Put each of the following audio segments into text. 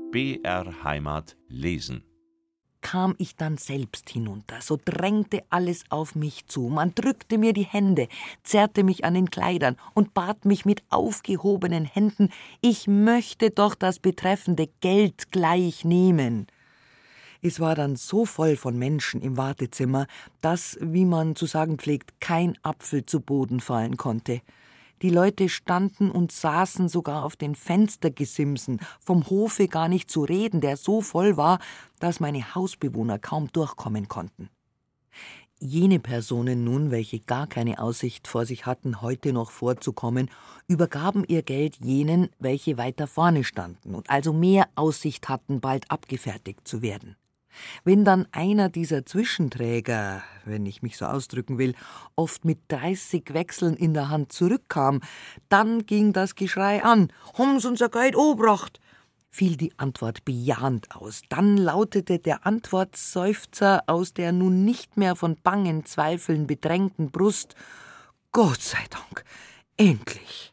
BR Heimat lesen. Kam ich dann selbst hinunter, so drängte alles auf mich zu. Man drückte mir die Hände, zerrte mich an den Kleidern und bat mich mit aufgehobenen Händen, ich möchte doch das betreffende Geld gleich nehmen. Es war dann so voll von Menschen im Wartezimmer, dass, wie man zu sagen pflegt, kein Apfel zu Boden fallen konnte. Die Leute standen und saßen sogar auf den Fenstergesimsen, vom Hofe gar nicht zu reden, der so voll war, dass meine Hausbewohner kaum durchkommen konnten. Jene Personen nun, welche gar keine Aussicht vor sich hatten, heute noch vorzukommen, übergaben ihr Geld jenen, welche weiter vorne standen und also mehr Aussicht hatten, bald abgefertigt zu werden. Wenn dann einer dieser Zwischenträger, wenn ich mich so ausdrücken will, oft mit 30 Wechseln in der Hand zurückkam, dann ging das Geschrei an, »Haben's unser Geld obracht«, fiel die Antwort bejahend aus. Dann lautete der Antwortseufzer aus der nun nicht mehr von bangen Zweifeln bedrängten Brust, »Gott sei Dank, endlich!«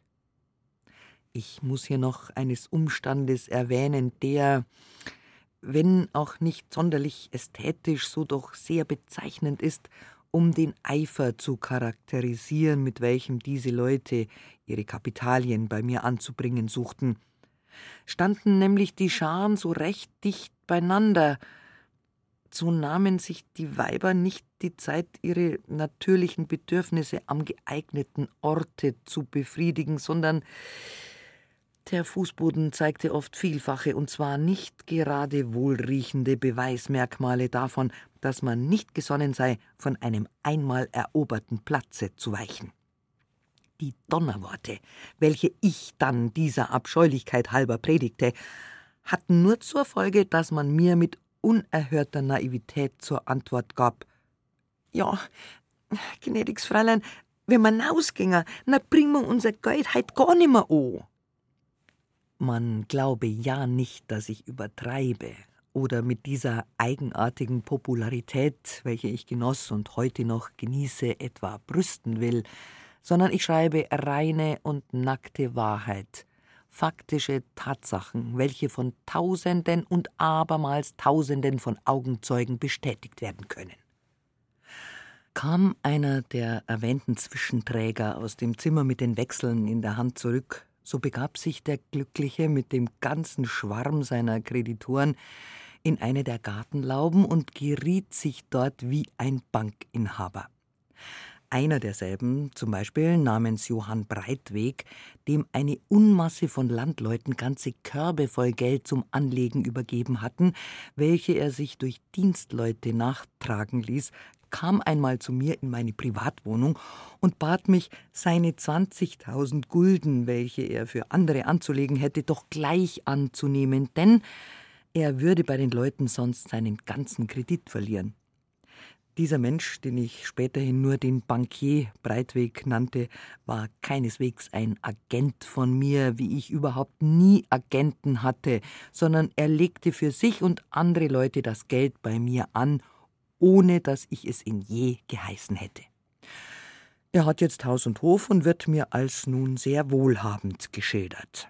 Ich muss hier noch eines Umstandes erwähnen, der, wenn auch nicht sonderlich ästhetisch, so doch sehr bezeichnend ist, um den Eifer zu charakterisieren, mit welchem diese Leute ihre Kapitalien bei mir anzubringen suchten. Standen nämlich die Scharen so recht dicht beieinander, so nahmen sich die Weiber nicht die Zeit, ihre natürlichen Bedürfnisse am geeigneten Orte zu befriedigen, sondern der Fußboden zeigte oft vielfache, und zwar nicht gerade wohlriechende Beweismerkmale davon, dass man nicht gesonnen sei, von einem einmal eroberten Platze zu weichen. Die Donnerworte, welche ich dann dieser Abscheulichkeit halber predigte, hatten nur zur Folge, dass man mir mit unerhörter Naivität zur Antwort gab: »Ja, gnädiges Fräulein, wenn wir nausgingen, na bringen wir unser Geld heut gar nimmer an.« Man glaube ja nicht, dass ich übertreibe oder mit dieser eigenartigen Popularität, welche ich genoss und heute noch genieße, etwa brüsten will, sondern ich schreibe reine und nackte Wahrheit, faktische Tatsachen, welche von Tausenden und abermals Tausenden von Augenzeugen bestätigt werden können. Kam einer der erwähnten Zwischenträger aus dem Zimmer mit den Wechseln in der Hand zurück, so begab sich der Glückliche mit dem ganzen Schwarm seiner Kreditoren in eine der Gartenlauben und geriet sich dort wie ein Bankinhaber. Einer derselben, zum Beispiel namens Johann Breitweg, dem eine Unmasse von Landleuten ganze Körbe voll Geld zum Anlegen übergeben hatten, welche er sich durch Dienstleute nachtragen ließ, kam einmal zu mir in meine Privatwohnung und bat mich, seine 20.000 Gulden, welche er für andere anzulegen hätte, doch gleich anzunehmen, denn er würde bei den Leuten sonst seinen ganzen Kredit verlieren. Dieser Mensch, den ich späterhin nur den Bankier Breitweg nannte, war keineswegs ein Agent von mir, wie ich überhaupt nie Agenten hatte, sondern er legte für sich und andere Leute das Geld bei mir an, ohne dass ich es ihn je geheißen hätte. Er hat jetzt Haus und Hof und wird mir als nun sehr wohlhabend geschildert.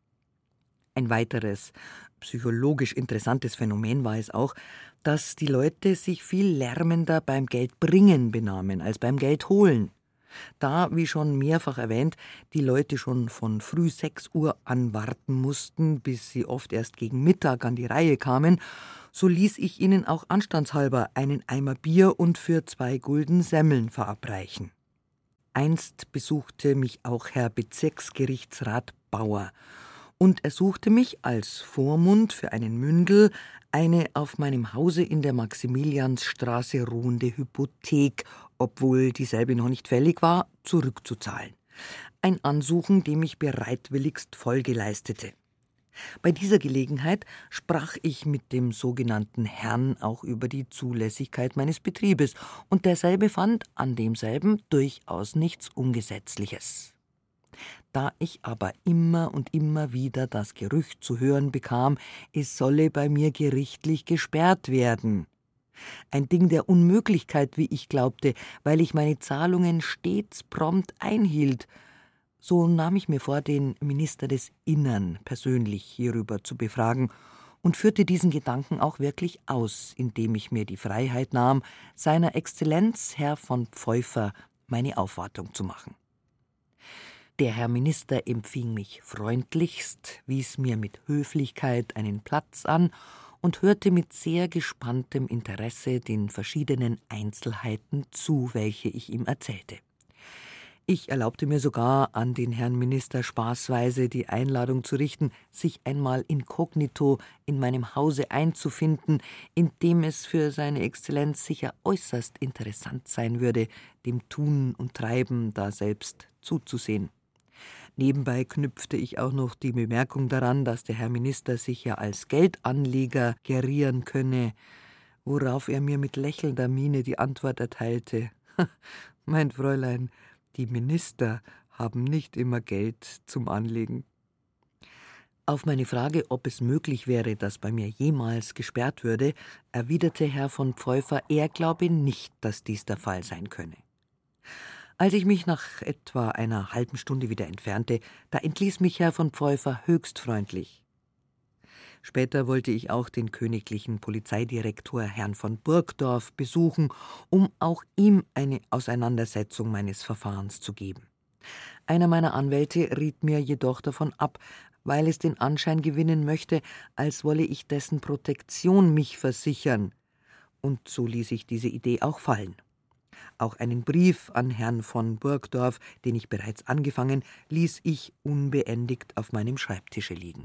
Ein weiteres psychologisch interessantes Phänomen war es auch, dass die Leute sich viel lärmender beim Geldbringen benahmen als beim Geldholen. Da, wie schon mehrfach erwähnt, die Leute schon von früh 6 Uhr an warten mussten, bis sie oft erst gegen Mittag an die Reihe kamen, so ließ ich ihnen auch anstandshalber einen Eimer Bier und für 2 Gulden Semmeln verabreichen. Einst besuchte mich auch Herr Bezirksgerichtsrat Bauer und ersuchte mich als Vormund für einen Mündel eine auf meinem Hause in der Maximiliansstraße ruhende Hypothek, obwohl dieselbe noch nicht fällig war, zurückzuzahlen. Ein Ansuchen, dem ich bereitwilligst Folge leistete. Bei dieser Gelegenheit sprach ich mit dem sogenannten Herrn auch über die Zulässigkeit meines Betriebes, und derselbe fand an demselben durchaus nichts Ungesetzliches. Da ich aber immer und immer wieder das Gerücht zu hören bekam, es solle bei mir gerichtlich gesperrt werden. Ein Ding der Unmöglichkeit, wie ich glaubte, weil ich meine Zahlungen stets prompt einhielt, so nahm ich mir vor, den Minister des Innern persönlich hierüber zu befragen und führte diesen Gedanken auch wirklich aus, indem ich mir die Freiheit nahm, seiner Exzellenz Herr von Pfeufer meine Aufwartung zu machen. Der Herr Minister empfing mich freundlichst, wies mir mit Höflichkeit einen Platz an und hörte mit sehr gespanntem Interesse den verschiedenen Einzelheiten zu, welche ich ihm erzählte. Ich erlaubte mir sogar, an den Herrn Minister spaßweise die Einladung zu richten, sich einmal inkognito in meinem Hause einzufinden, in dem es für seine Exzellenz sicher äußerst interessant sein würde, dem Tun und Treiben daselbst zuzusehen. Nebenbei knüpfte ich auch noch die Bemerkung daran, dass der Herr Minister sich ja als Geldanleger gerieren könne, worauf er mir mit lächelnder Miene die Antwort erteilte: »Mein Fräulein, die Minister haben nicht immer Geld zum Anlegen.« Auf meine Frage, ob es möglich wäre, dass bei mir jemals gesperrt würde, erwiderte Herr von Pfeufer, er glaube nicht, dass dies der Fall sein könne. Als ich mich nach etwa einer halben Stunde wieder entfernte, da entließ mich Herr von Pfeufer höchst freundlich. Später wollte ich auch den königlichen Polizeidirektor Herrn von Burgdorf besuchen, um auch ihm eine Auseinandersetzung meines Verfahrens zu geben. Einer meiner Anwälte riet mir jedoch davon ab, weil es den Anschein gewinnen möchte, als wolle ich dessen Protektion mich versichern, und so ließ ich diese Idee auch fallen. Auch einen Brief an Herrn von Burgdorf, den ich bereits angefangen, ließ ich unbeendigt auf meinem Schreibtische liegen.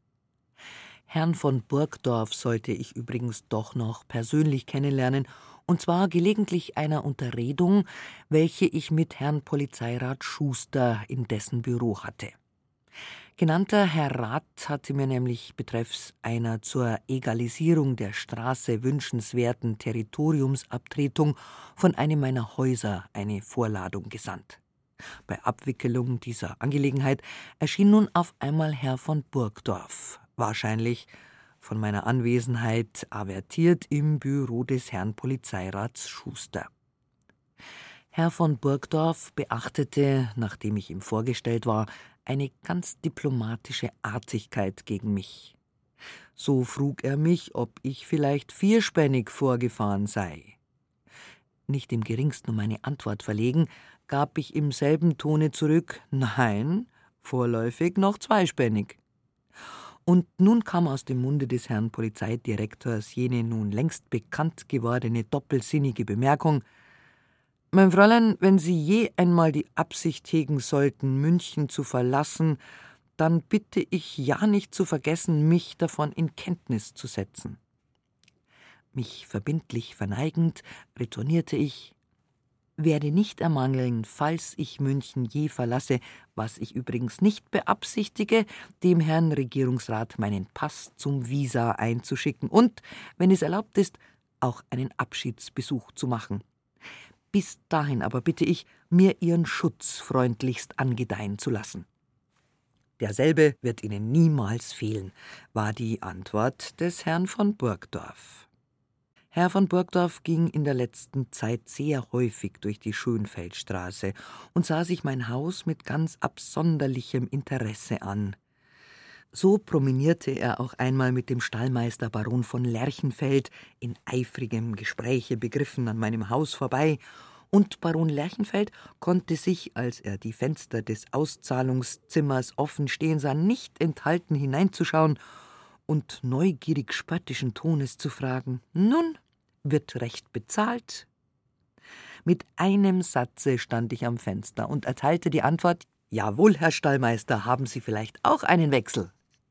Herrn von Burgdorf sollte ich übrigens doch noch persönlich kennenlernen, und zwar gelegentlich einer Unterredung, welche ich mit Herrn Polizeirat Schuster in dessen Büro hatte. Genannter Herr Rat hatte mir nämlich betreffs einer zur Egalisierung der Straße wünschenswerten Territoriumsabtretung von einem meiner Häuser eine Vorladung gesandt. Bei Abwickelung dieser Angelegenheit erschien nun auf einmal Herr von Burgdorf, wahrscheinlich von meiner Anwesenheit avertiert, im Büro des Herrn Polizeirats Schuster. Herr von Burgdorf beachtete, nachdem ich ihm vorgestellt war, eine ganz diplomatische Artigkeit gegen mich. So frug er mich, ob ich vielleicht vierspännig vorgefahren sei. Nicht im geringsten um eine Antwort verlegen, gab ich im selben Tone zurück: Nein, vorläufig noch zweispännig. Und nun kam aus dem Munde des Herrn Polizeidirektors jene nun längst bekannt gewordene doppelsinnige Bemerkung: »Mein Fräulein, wenn Sie je einmal die Absicht hegen sollten, München zu verlassen, dann bitte ich ja nicht zu vergessen, mich davon in Kenntnis zu setzen.« Mich verbindlich verneigend, retournierte ich: »Werde nicht ermangeln, falls ich München je verlasse, was ich übrigens nicht beabsichtige, dem Herrn Regierungsrat meinen Pass zum Visa einzuschicken und, wenn es erlaubt ist, auch einen Abschiedsbesuch zu machen. Bis dahin aber bitte ich, mir Ihren Schutz freundlichst angedeihen zu lassen.« »Derselbe wird Ihnen niemals fehlen«, war die Antwort des Herrn von Burgdorf. Herr von Burgdorf ging in der letzten Zeit sehr häufig durch die Schönfeldstraße und sah sich mein Haus mit ganz absonderlichem Interesse an. So promenierte er auch einmal mit dem Stallmeister Baron von Lerchenfeld in eifrigem Gespräche begriffen an meinem Haus vorbei, und Baron Lerchenfeld konnte sich, als er die Fenster des Auszahlungszimmers offen stehen sah, nicht enthalten, hineinzuschauen und neugierig spöttischen Tones zu fragen: »Nun, wird recht bezahlt?« Mit einem Satze stand ich am Fenster und erteilte die Antwort: »Jawohl, Herr Stallmeister, haben Sie vielleicht auch einen Wechsel?«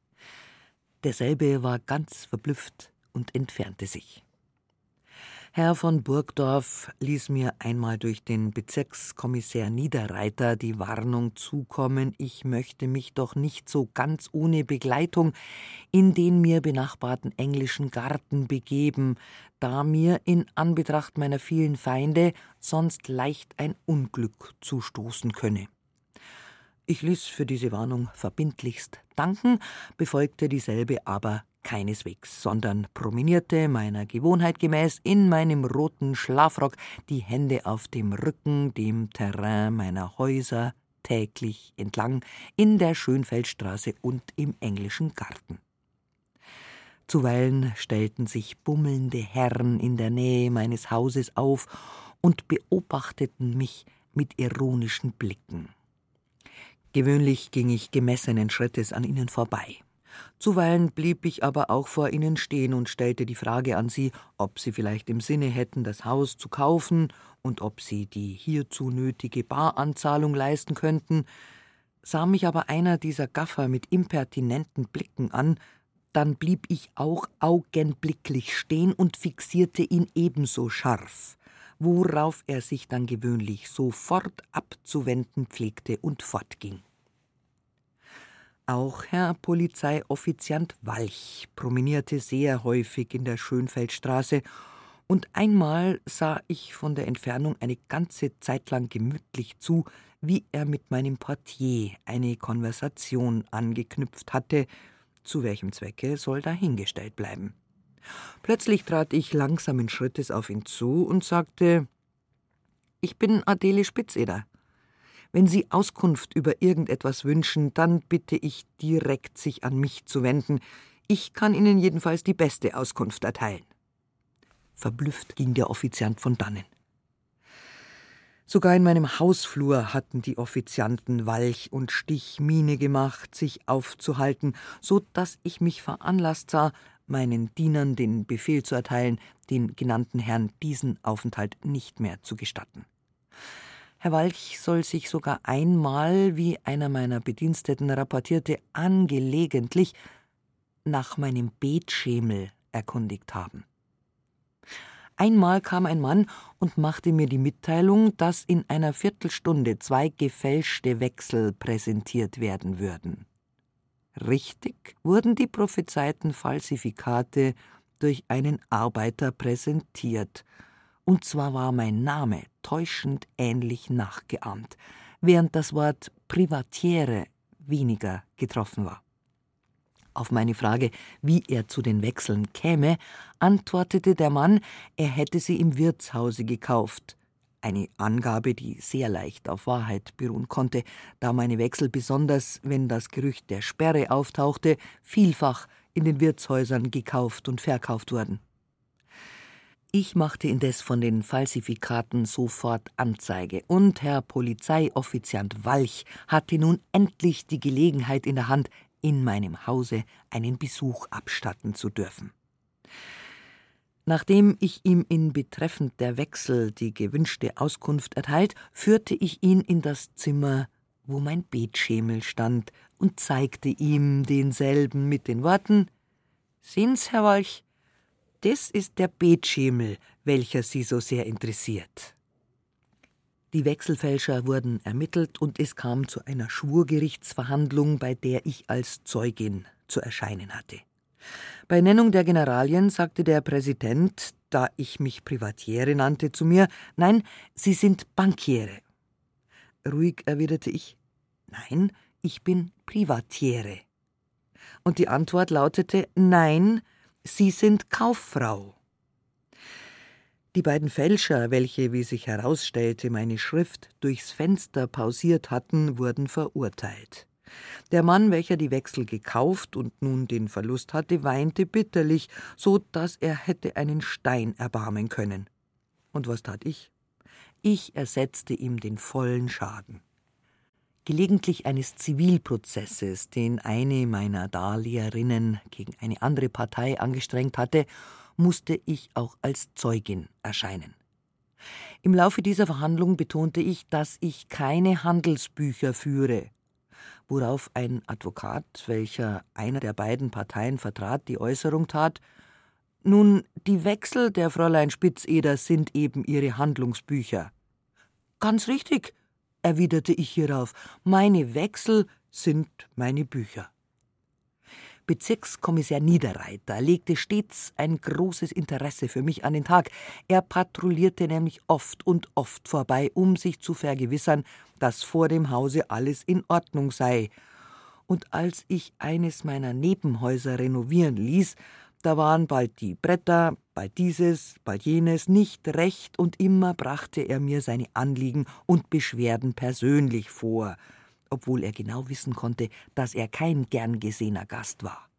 Derselbe war ganz verblüfft und entfernte sich. Herr von Burgdorf ließ mir einmal durch den Bezirkskommissär Niederreiter die Warnung zukommen, ich möchte mich doch nicht so ganz ohne Begleitung in den mir benachbarten englischen Garten begeben, da mir in Anbetracht meiner vielen Feinde sonst leicht ein Unglück zustoßen könne. Ich ließ für diese Warnung verbindlichst danken, befolgte dieselbe aber keineswegs, sondern promenierte meiner Gewohnheit gemäß in meinem roten Schlafrock, die Hände auf dem Rücken, dem Terrain meiner Häuser täglich entlang, in der Schönfeldstraße und im englischen Garten. Zuweilen stellten sich bummelnde Herren in der Nähe meines Hauses auf und beobachteten mich mit ironischen Blicken. Gewöhnlich ging ich gemessenen Schrittes an ihnen vorbei. Zuweilen blieb ich aber auch vor ihnen stehen und stellte die Frage an sie, ob sie vielleicht im Sinne hätten, das Haus zu kaufen und ob sie die hierzu nötige Baranzahlung leisten könnten. Sah mich aber einer dieser Gaffer mit impertinenten Blicken an, dann blieb ich auch augenblicklich stehen und fixierte ihn ebenso scharf, worauf er sich dann gewöhnlich sofort abzuwenden pflegte und fortging. Auch Herr Polizeioffiziant Walch promenierte sehr häufig in der Schönfeldstraße, und einmal sah ich von der Entfernung eine ganze Zeit lang gemütlich zu, wie er mit meinem Portier eine Konversation angeknüpft hatte, zu welchem Zwecke soll dahingestellt bleiben. Plötzlich trat ich langsamen Schrittes auf ihn zu und sagte: »Ich bin Adele Spitzeder. Wenn Sie Auskunft über irgendetwas wünschen, dann bitte ich direkt, sich an mich zu wenden. Ich kann Ihnen jedenfalls die beste Auskunft erteilen.« Verblüfft ging der Offiziant von dannen. Sogar in meinem Hausflur hatten die Offizianten Walch und Stich Miene gemacht, sich aufzuhalten, so dass ich mich veranlasst sah, meinen Dienern den Befehl zu erteilen, den genannten Herrn diesen Aufenthalt nicht mehr zu gestatten. Herr Walch soll sich sogar einmal, wie einer meiner Bediensteten rapportierte, angelegentlich nach meinem Betschemel erkundigt haben. Einmal kam ein Mann und machte mir die Mitteilung, dass in einer Viertelstunde 2 gefälschte Wechsel präsentiert werden würden. Richtig wurden die prophezeiten Falsifikate durch einen Arbeiter präsentiert, und zwar war mein Name täuschend ähnlich nachgeahmt, während das Wort Privatiere weniger getroffen war. Auf meine Frage, wie er zu den Wechseln käme, antwortete der Mann, er hätte sie im Wirtshause gekauft. Eine Angabe, die sehr leicht auf Wahrheit beruhen konnte, da meine Wechsel, besonders wenn das Gerücht der Sperre auftauchte, vielfach in den Wirtshäusern gekauft und verkauft wurden. Ich machte indes von den Falsifikaten sofort Anzeige, und Herr Polizeioffiziant Walch hatte nun endlich die Gelegenheit in der Hand, in meinem Hause einen Besuch abstatten zu dürfen. Nachdem ich ihm in betreffend der Wechsel die gewünschte Auskunft erteilt, führte ich ihn in das Zimmer, wo mein Betschemel stand, und zeigte ihm denselben mit den Worten: »Sehen's, Herr Walch, das ist der Betschemel, welcher Sie so sehr interessiert.« Die Wechselfälscher wurden ermittelt, und es kam zu einer Schwurgerichtsverhandlung, bei der ich als Zeugin zu erscheinen hatte. Bei Nennung der Generalien sagte der Präsident, da ich mich Privatiere nannte, zu mir: »Nein, Sie sind Bankiere.« Ruhig erwiderte ich: »Nein, ich bin Privatiere.« Und die Antwort lautete: »Nein, Sie sind Kauffrau.« Die beiden Fälscher, welche, wie sich herausstellte, meine Schrift durchs Fenster pausiert hatten, wurden verurteilt. Der Mann, welcher die Wechsel gekauft und nun den Verlust hatte, weinte bitterlich, so dass er hätte einen Stein erbarmen können. Und was tat ich? Ich ersetzte ihm den vollen Schaden. Gelegentlich eines Zivilprozesses, den eine meiner Darleherinnen gegen eine andere Partei angestrengt hatte, musste ich auch als Zeugin erscheinen. Im Laufe dieser Verhandlung betonte ich, dass ich keine Handelsbücher führe, worauf ein Advokat, welcher einer der beiden Parteien vertrat, die Äußerung tat: »Nun, die Wechsel der Fräulein Spitzeder sind eben ihre Handlungsbücher.« »Ganz richtig«, erwiderte ich hierauf, »meine Wechsel sind meine Bücher.« Bezirkskommissär Niederreiter legte stets ein großes Interesse für mich an den Tag. Er patrouillierte nämlich oft und oft vorbei, um sich zu vergewissern, dass vor dem Hause alles in Ordnung sei. Und als ich eines meiner Nebenhäuser renovieren ließ, da waren bald die Bretter, bald dieses, bald jenes nicht recht, und immer brachte er mir seine Anliegen und Beschwerden persönlich vor, obwohl er genau wissen konnte, dass er kein gern gesehener Gast war.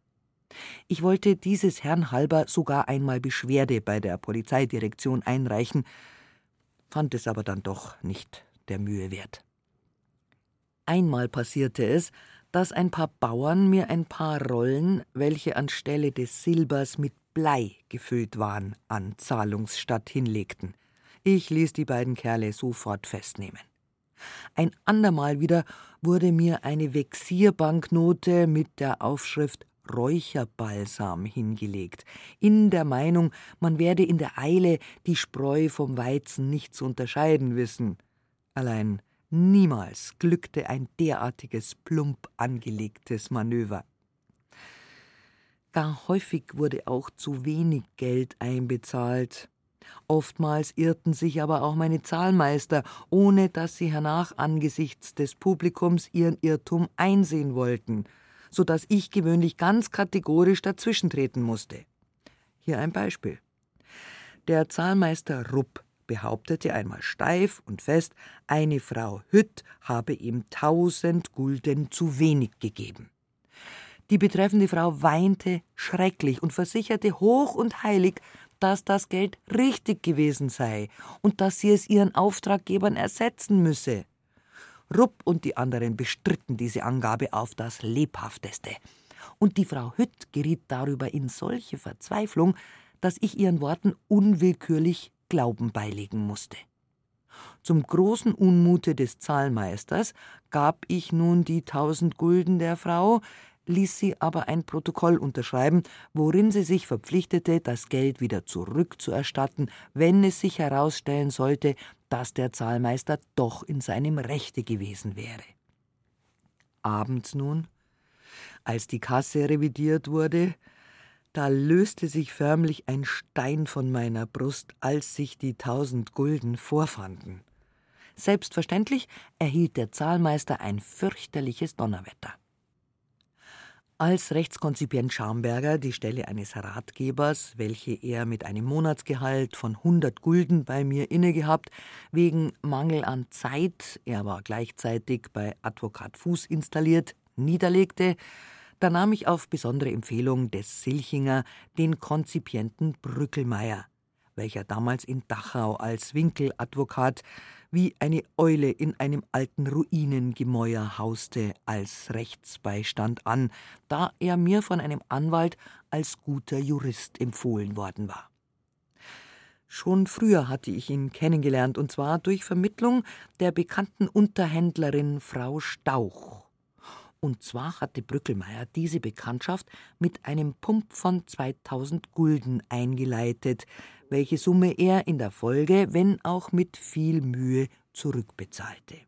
Ich wollte dieses Herrn halber sogar einmal Beschwerde bei der Polizeidirektion einreichen, fand es aber dann doch nicht der Mühe wert. Einmal passierte es, dass ein paar Bauern mir ein paar Rollen, welche anstelle des Silbers mit Blei gefüllt waren, an Zahlungsstatt hinlegten. Ich ließ die beiden Kerle sofort festnehmen. Ein andermal wieder wurde mir eine Vexierbanknote mit der Aufschrift Räucherbalsam hingelegt, in der Meinung, man werde in der Eile die Spreu vom Weizen nicht zu unterscheiden wissen. Allein niemals glückte ein derartiges plump angelegtes Manöver. Gar häufig wurde auch zu wenig Geld einbezahlt. Oftmals irrten sich aber auch meine Zahlmeister, ohne dass sie hernach angesichts des Publikums ihren Irrtum einsehen wollten, so dass ich gewöhnlich ganz kategorisch dazwischentreten musste. Hier ein Beispiel. Der Zahlmeister Rupp behauptete einmal steif und fest, eine Frau Hütt habe ihm 1000 Gulden zu wenig gegeben. Die betreffende Frau weinte schrecklich und versicherte hoch und heilig, dass das Geld richtig gewesen sei und dass sie es ihren Auftraggebern ersetzen müsse. Rupp und die anderen bestritten diese Angabe auf das Lebhafteste. Und die Frau Hütt geriet darüber in solche Verzweiflung, dass ich ihren Worten unwillkürlich Glauben beilegen musste. Zum großen Unmute des Zahlmeisters gab ich nun die 1000 Gulden der Frau, ließ sie aber ein Protokoll unterschreiben, worin sie sich verpflichtete, das Geld wieder zurückzuerstatten, wenn es sich herausstellen sollte, dass der Zahlmeister doch in seinem Rechte gewesen wäre. Abends nun, als die Kasse revidiert wurde, da löste sich förmlich ein Stein von meiner Brust, als sich die 1000 Gulden vorfanden. Selbstverständlich erhielt der Zahlmeister ein fürchterliches Donnerwetter. Als Rechtskonzipient Schamberger die Stelle eines Ratgebers, welche er mit einem Monatsgehalt von 100 Gulden bei mir innegehabt, wegen Mangel an Zeit, er war gleichzeitig bei Advokat Fuß installiert, niederlegte, da nahm ich auf besondere Empfehlung des Silchinger den Konzipienten Brückelmeier, welcher damals in Dachau als Winkeladvokat wie eine Eule in einem alten Ruinengemäuer hauste, als Rechtsbeistand an, da er mir von einem Anwalt als guter Jurist empfohlen worden war. Schon früher hatte ich ihn kennengelernt, und zwar durch Vermittlung der bekannten Unterhändlerin Frau Stauch. Und zwar hatte Brückelmeier diese Bekanntschaft mit einem Pump von 2000 Gulden eingeleitet, welche Summe er in der Folge, wenn auch mit viel Mühe, zurückbezahlte.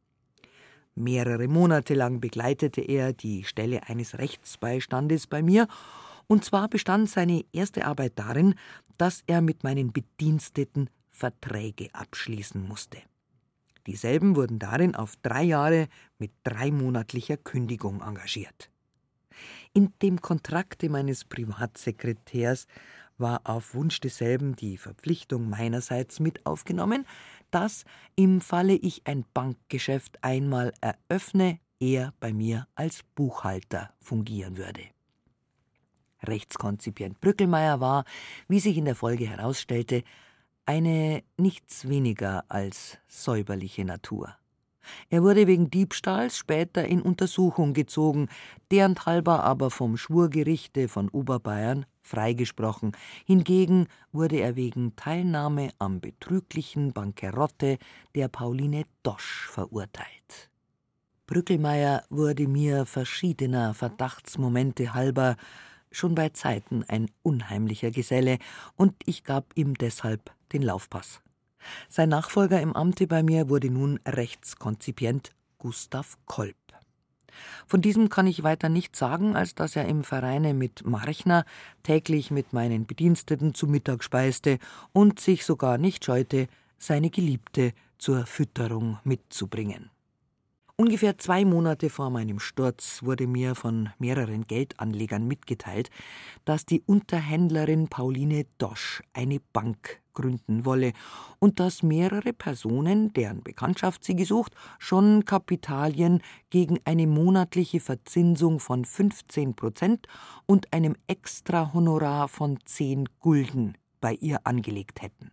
Mehrere Monate lang begleitete er die Stelle eines Rechtsbeistandes bei mir, und zwar bestand seine erste Arbeit darin, dass er mit meinen Bediensteten Verträge abschließen musste. Dieselben wurden darin auf 3 Jahre mit 3-monatlicher Kündigung engagiert. In dem Kontrakte meines Privatsekretärs war auf Wunsch desselben die Verpflichtung meinerseits mit aufgenommen, dass, im Falle ich ein Bankgeschäft einmal eröffne, er bei mir als Buchhalter fungieren würde. Rechtskonzipient Brückelmeier war, wie sich in der Folge herausstellte, eine nichts weniger als säuberliche Natur. Er wurde wegen Diebstahls später in Untersuchung gezogen, derenthalber aber vom Schwurgerichte von Oberbayern freigesprochen. Hingegen wurde er wegen Teilnahme am betrüglichen Bankerotte der Pauline Dosch verurteilt. Brückelmeier wurde mir verschiedener Verdachtsmomente halber schon bei Zeiten ein unheimlicher Geselle, und ich gab ihm deshalb den Laufpass. Sein Nachfolger im Amte bei mir wurde nun Rechtskonzipient Gustav Kolb. Von diesem kann ich weiter nichts sagen, als dass er im Vereine mit Marchner täglich mit meinen Bediensteten zu Mittag speiste und sich sogar nicht scheute, seine Geliebte zur Fütterung mitzubringen. Ungefähr 2 Monate vor meinem Sturz wurde mir von mehreren Geldanlegern mitgeteilt, dass die Unterhändlerin Pauline Dosch eine Bank gründen wolle und dass mehrere Personen, deren Bekanntschaft sie gesucht, schon Kapitalien gegen eine monatliche Verzinsung von 15% und einem Extrahonorar von 10 Gulden bei ihr angelegt hätten.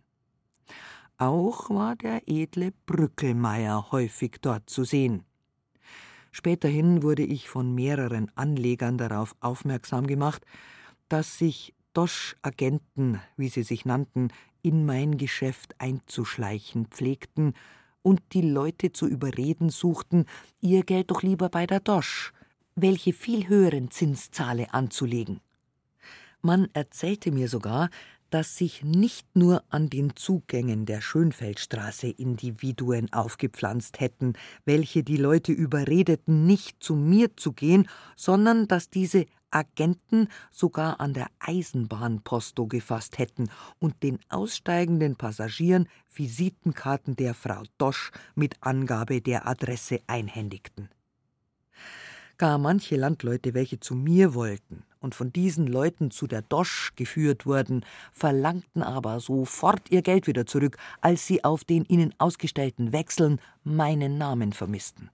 Auch war der edle Brückelmeier häufig dort zu sehen. Späterhin wurde ich von mehreren Anlegern darauf aufmerksam gemacht, dass sich Dosch-Agenten, wie sie sich nannten, in mein Geschäft einzuschleichen pflegten und die Leute zu überreden suchten, ihr Geld doch lieber bei der Dosch, welche viel höheren Zins zahle, anzulegen. Man erzählte mir sogar, dass sich nicht nur an den Zugängen der Schönfeldstraße Individuen aufgepflanzt hätten, welche die Leute überredeten, nicht zu mir zu gehen, sondern dass diese Agenten sogar an der Eisenbahn Posto gefasst hätten und den aussteigenden Passagieren Visitenkarten der Frau Dosch mit Angabe der Adresse einhändigten. Gar manche Landleute, welche zu mir wollten und von diesen Leuten zu der Dosch geführt wurden, verlangten aber sofort ihr Geld wieder zurück, als sie auf den ihnen ausgestellten Wechseln meinen Namen vermissten.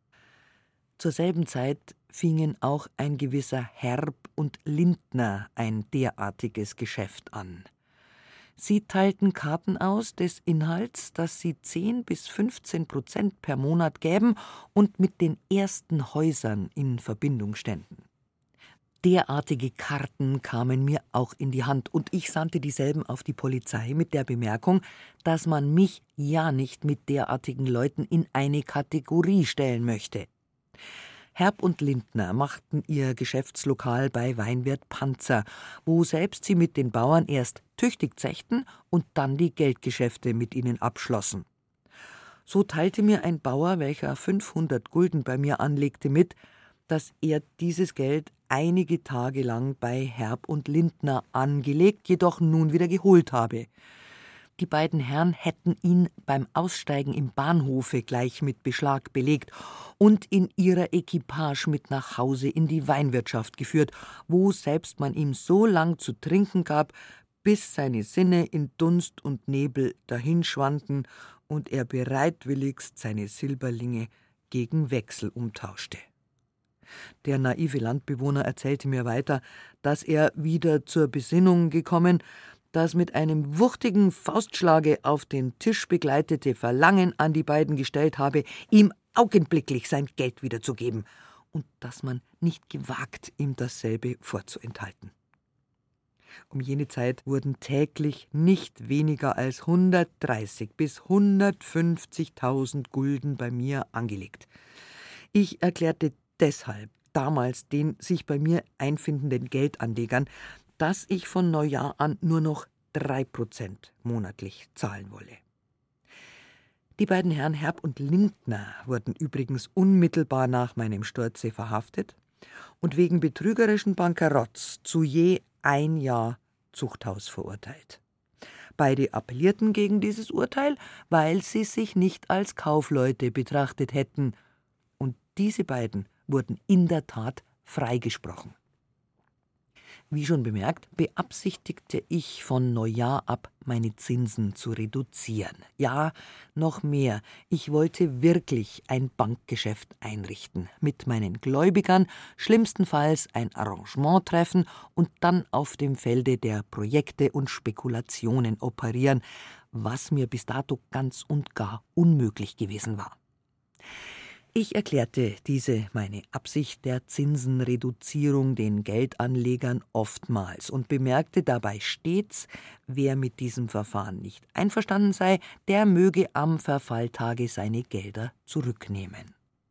Zur selben Zeit fingen auch ein gewisser Herb und Lindner ein derartiges Geschäft an. Sie teilten Karten aus des Inhalts, dass sie 10 bis 15% per Monat gäben und mit den ersten Häusern in Verbindung ständen. Derartige Karten kamen mir auch in die Hand und ich sandte dieselben auf die Polizei mit der Bemerkung, dass man mich ja nicht mit derartigen Leuten in eine Kategorie stellen möchte. Herb und Lindner machten ihr Geschäftslokal bei Weinwirt Panzer, wo selbst sie mit den Bauern erst tüchtig zechten und dann die Geldgeschäfte mit ihnen abschlossen. So teilte mir ein Bauer, welcher 500 Gulden bei mir anlegte, mit, dass er dieses Geld einige Tage lang bei Herb und Lindner angelegt, jedoch nun wieder geholt habe. Die beiden Herren hätten ihn beim Aussteigen im Bahnhofe gleich mit Beschlag belegt und in ihrer Equipage mit nach Hause in die Weinwirtschaft geführt, wo selbst man ihm so lang zu trinken gab, bis seine Sinne in Dunst und Nebel dahinschwanden und er bereitwilligst seine Silberlinge gegen Wechsel umtauschte. Der naive Landbewohner erzählte mir weiter, dass er wieder zur Besinnung gekommen, das mit einem wuchtigen Faustschlage auf den Tisch begleitete Verlangen an die beiden gestellt habe, ihm augenblicklich sein Geld wiederzugeben, und dass man nicht gewagt, ihm dasselbe vorzuenthalten. Um jene Zeit wurden täglich nicht weniger als 130 bis 150.000 Gulden bei mir angelegt. Ich erklärte deshalb damals den sich bei mir einfandenden Geldanlegern, dass ich von Neujahr an nur noch 3% monatlich zahlen wolle. Die beiden Herren Herb und Lindner wurden übrigens unmittelbar nach meinem Sturze verhaftet und wegen betrügerischen Bankerotts zu je 1 Jahr Zuchthaus verurteilt. Beide appellierten gegen dieses Urteil, weil sie sich nicht als Kaufleute betrachtet hätten, und diese beiden wurden in der Tat freigesprochen. Wie schon bemerkt, beabsichtigte ich von Neujahr ab, meine Zinsen zu reduzieren. Ja, noch mehr, ich wollte wirklich ein Bankgeschäft einrichten, mit meinen Gläubigern schlimmstenfalls ein Arrangement treffen und dann auf dem Felde der Projekte und Spekulationen operieren, was mir bis dato ganz und gar unmöglich gewesen war. Ich erklärte diese meine Absicht der Zinsenreduzierung den Geldanlegern oftmals und bemerkte dabei stets, wer mit diesem Verfahren nicht einverstanden sei, der möge am Verfalltage seine Gelder zurücknehmen.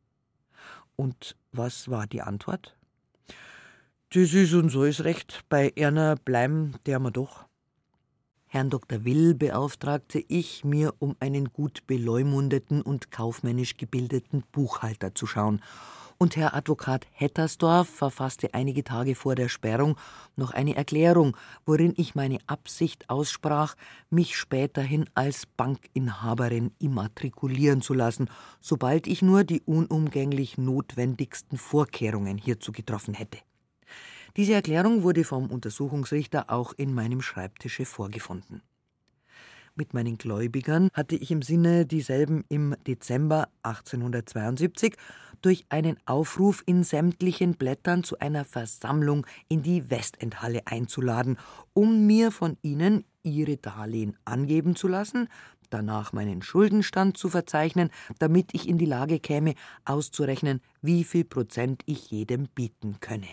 Und was war die Antwort? Das ist und so ist recht, bei einer bleiben der wir doch. Herrn Dr. Will beauftragte ich, mir um einen gut beleumundeten und kaufmännisch gebildeten Buchhalter zu schauen, Und Herr Advokat Hettersdorf verfasste einige Tage vor der Sperrung noch eine Erklärung, worin ich meine Absicht aussprach, mich späterhin als Bankinhaberin immatrikulieren zu lassen, sobald ich nur die unumgänglich notwendigsten Vorkehrungen hierzu getroffen hätte. Diese Erklärung wurde vom Untersuchungsrichter auch in meinem Schreibtische vorgefunden. Mit meinen Gläubigern hatte ich im Sinne, dieselben im Dezember 1872 durch einen Aufruf in sämtlichen Blättern zu einer Versammlung in die Westendhalle einzuladen, um mir von ihnen ihre Darlehen angeben zu lassen, danach meinen Schuldenstand zu verzeichnen, damit ich in die Lage käme, auszurechnen, wie viel Prozent ich jedem bieten könne.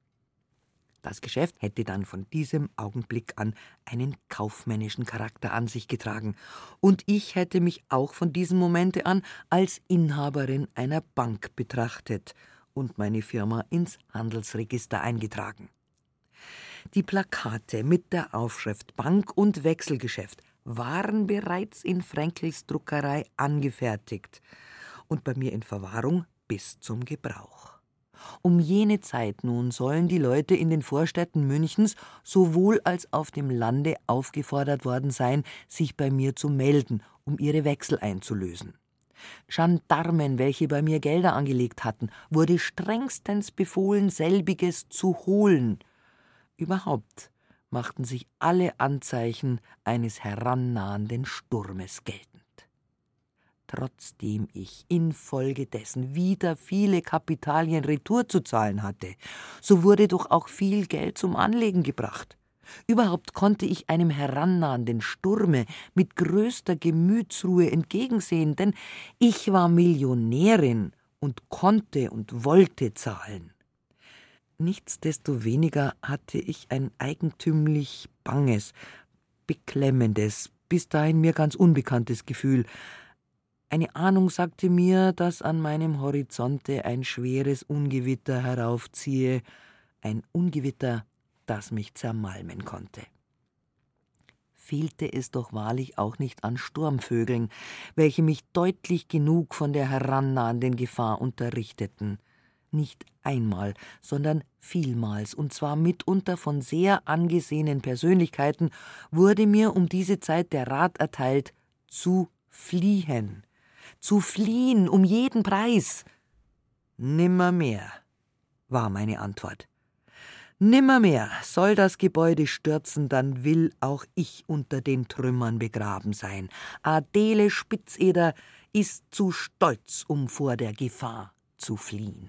Das Geschäft hätte dann von diesem Augenblick an einen kaufmännischen Charakter an sich getragen, und ich hätte mich auch von diesem Momente an als Inhaberin einer Bank betrachtet und meine Firma ins Handelsregister eingetragen. Die Plakate mit der Aufschrift Bank- und Wechselgeschäft waren bereits in Fränkels Druckerei angefertigt und bei mir in Verwahrung bis zum Gebrauch. Um jene Zeit nun sollen die Leute in den Vorstädten Münchens sowohl als auf dem Lande aufgefordert worden sein, sich bei mir zu melden, um ihre Wechsel einzulösen. Gendarmen, welche bei mir Gelder angelegt hatten, wurde strengstens befohlen, selbiges zu holen. Überhaupt machten sich alle Anzeichen eines herannahenden Sturmes geltend. Trotzdem ich infolgedessen wieder viele Kapitalien retour zu zahlen hatte, so wurde doch auch viel Geld zum Anlegen gebracht. Überhaupt konnte ich einem herannahenden Sturme mit größter Gemütsruhe entgegensehen, denn ich war Millionärin und konnte und wollte zahlen. Nichtsdestoweniger hatte ich ein eigentümlich banges, beklemmendes, bis dahin mir ganz unbekanntes Gefühl. Eine Ahnung sagte mir, dass an meinem Horizonte ein schweres Ungewitter heraufziehe, ein Ungewitter, das mich zermalmen konnte. Fehlte es doch wahrlich auch nicht an Sturmvögeln, welche mich deutlich genug von der herannahenden Gefahr unterrichteten. Nicht einmal, sondern vielmals, und zwar mitunter von sehr angesehenen Persönlichkeiten, wurde mir um diese Zeit der Rat erteilt, zu fliehen um jeden Preis. Nimmermehr, war meine Antwort. Nimmermehr soll das Gebäude stürzen, dann will auch ich unter den Trümmern begraben sein. Adele Spitzeder ist zu stolz, um vor der Gefahr zu fliehen.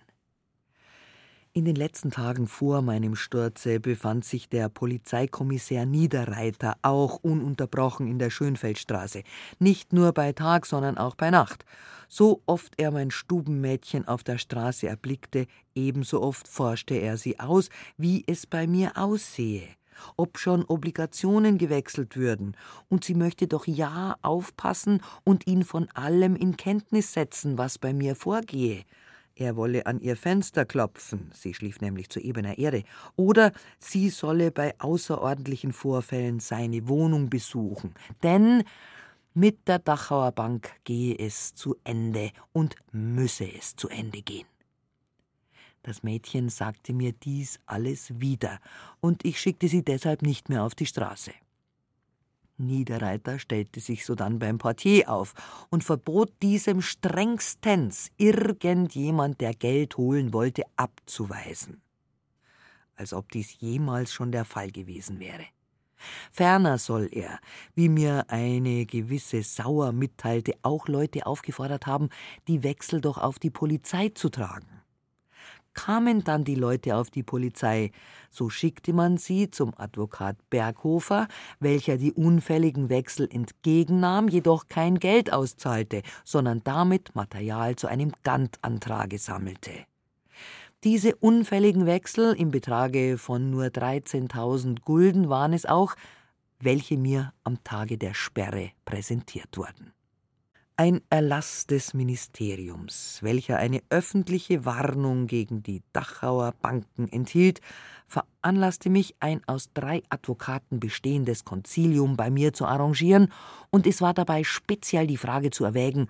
In den letzten Tagen vor meinem Sturze befand sich der Polizeikommissär Niederreiter auch ununterbrochen in der Schönfeldstraße, nicht nur bei Tag, sondern auch bei Nacht. So oft er mein Stubenmädchen auf der Straße erblickte, ebenso oft forschte er sie aus, wie es bei mir aussehe, ob schon Obligationen gewechselt würden, und sie möchte doch ja aufpassen und ihn von allem in Kenntnis setzen, was bei mir vorgehe. Er wolle an ihr Fenster klopfen, sie schlief nämlich zu ebener Erde, oder sie solle bei außerordentlichen Vorfällen seine Wohnung besuchen, denn mit der Dachauer Bank gehe es zu Ende und müsse es zu Ende gehen. Das Mädchen sagte mir dies alles wieder, und ich schickte sie deshalb nicht mehr auf die Straße. Niederreiter stellte sich sodann beim Portier auf und verbot diesem strengstens, irgendjemand, der Geld holen wollte, abzuweisen. Als ob dies jemals schon der Fall gewesen wäre. Ferner soll er, wie mir eine gewisse Sauer mitteilte, auch Leute aufgefordert haben, die Wechsel doch auf die Polizei zu tragen. Kamen dann die Leute auf die Polizei, so schickte man sie zum Advokat Berghofer, welcher die unfälligen Wechsel entgegennahm, jedoch kein Geld auszahlte, sondern damit Material zu einem Gantantrage sammelte. Diese unfälligen Wechsel im Betrage von nur 13.000 Gulden waren es auch, welche mir am Tage der Sperre präsentiert wurden. Ein Erlass des Ministeriums, welcher eine öffentliche Warnung gegen die Dachauer Banken enthielt, veranlasste mich, ein aus 3 Advokaten bestehendes Konzilium bei mir zu arrangieren, und es war dabei speziell die Frage zu erwägen,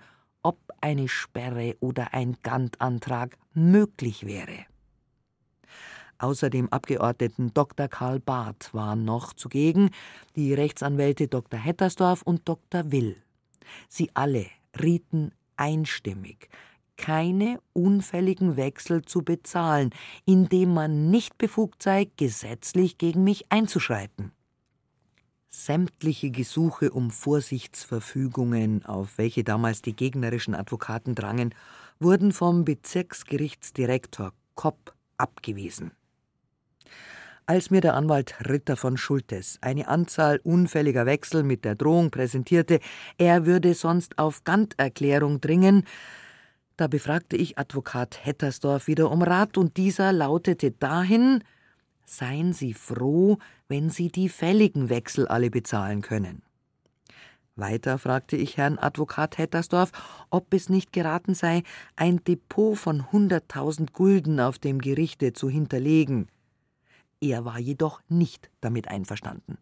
ob eine Sperre oder ein Gantantrag möglich wäre. Außer dem Abgeordneten Dr. Karl Barth waren noch zugegen die Rechtsanwälte Dr. Hettersdorf und Dr. Will. Sie alle rieten einstimmig, keine unfälligen Wechsel zu bezahlen, indem man nicht befugt sei, gesetzlich gegen mich einzuschreiten. Sämtliche Gesuche um Vorsichtsverfügungen, auf welche damals die gegnerischen Advokaten drangen, wurden vom Bezirksgerichtsdirektor Kopp abgewiesen. Als mir der Anwalt Ritter von Schultes eine Anzahl unfälliger Wechsel mit der Drohung präsentierte, er würde sonst auf Ganterklärung dringen, da befragte ich Advokat Hettersdorf wieder um Rat, und dieser lautete dahin: Seien Sie froh, wenn Sie die fälligen Wechsel alle bezahlen können. Weiter fragte ich Herrn Advokat Hettersdorf, ob es nicht geraten sei, ein Depot von 100.000 Gulden auf dem Gerichte zu hinterlegen. Er war jedoch nicht damit einverstanden.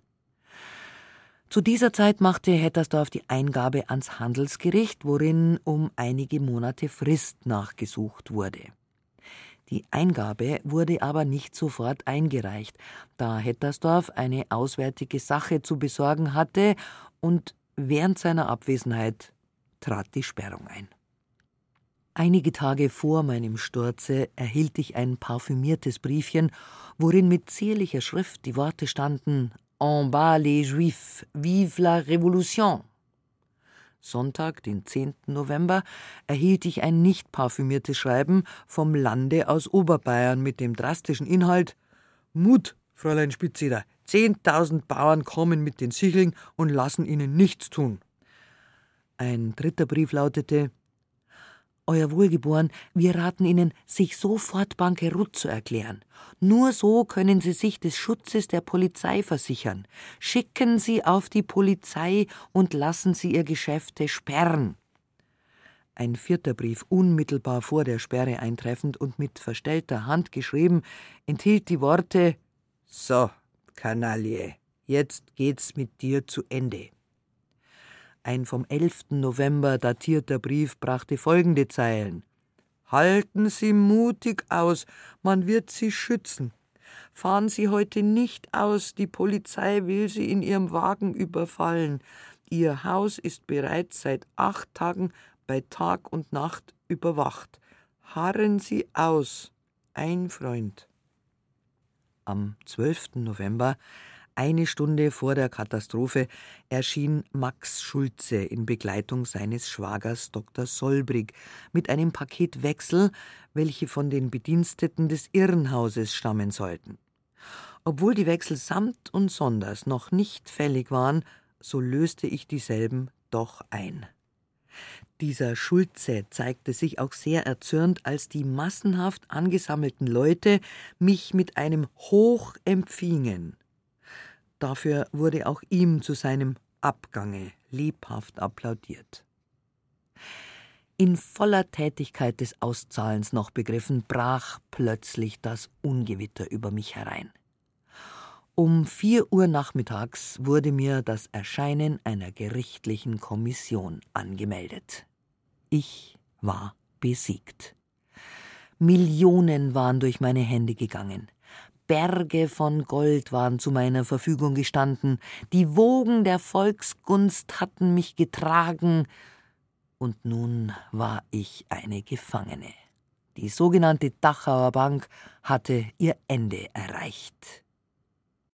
Zu dieser Zeit machte Hettersdorf die Eingabe ans Handelsgericht, worin um einige Monate Frist nachgesucht wurde. Die Eingabe wurde aber nicht sofort eingereicht, da Hettersdorf eine auswärtige Sache zu besorgen hatte, und während seiner Abwesenheit trat die Sperrung ein. Einige Tage vor meinem Sturze erhielt ich ein parfümiertes Briefchen, worin mit zierlicher Schrift die Worte standen: En bas les Juifs, vive la Révolution. Sonntag, den 10. November, erhielt ich ein nicht parfümiertes Schreiben vom Lande aus Oberbayern mit dem drastischen Inhalt: Mut, Fräulein Spitzeder, 10.000 Bauern kommen mit den Sicheln und lassen ihnen nichts tun. Ein dritter Brief lautete: Euer Wohlgeboren, wir raten Ihnen, sich sofort bankerott zu erklären. Nur so können Sie sich des Schutzes der Polizei versichern. Schicken Sie auf die Polizei und lassen Sie Ihr Geschäfte sperren. Ein vierter Brief, unmittelbar vor der Sperre eintreffend und mit verstellter Hand geschrieben, enthielt die Worte: So, Kanaille, jetzt geht's mit dir zu Ende. Ein vom 11. November datierter Brief brachte folgende Zeilen: Halten Sie mutig aus, man wird Sie schützen. Fahren Sie heute nicht aus, die Polizei will Sie in Ihrem Wagen überfallen. Ihr Haus ist bereits seit 8 Tagen bei Tag und Nacht überwacht. Harren Sie aus, ein Freund. Am 12. November, eine Stunde vor der Katastrophe, erschien Max Schulze in Begleitung seines Schwagers Dr. Solbrig mit einem Paket Wechsel, welche von den Bediensteten des Irrenhauses stammen sollten. Obwohl die Wechsel samt und sonders noch nicht fällig waren, so löste ich dieselben doch ein. Dieser Schulze zeigte sich auch sehr erzürnt, als die massenhaft angesammelten Leute mich mit einem Hoch empfingen. Dafür wurde auch ihm zu seinem Abgange lebhaft applaudiert. In voller Tätigkeit des Auszahlens noch begriffen, brach plötzlich das Ungewitter über mich herein. Um 4 Uhr nachmittags wurde mir das Erscheinen einer gerichtlichen Kommission angemeldet. Ich war besiegt. Millionen waren durch meine Hände gegangen. Berge von Gold waren zu meiner Verfügung gestanden, die Wogen der Volksgunst hatten mich getragen, und nun war ich eine Gefangene. Die sogenannte Dachauer Bank hatte ihr Ende erreicht.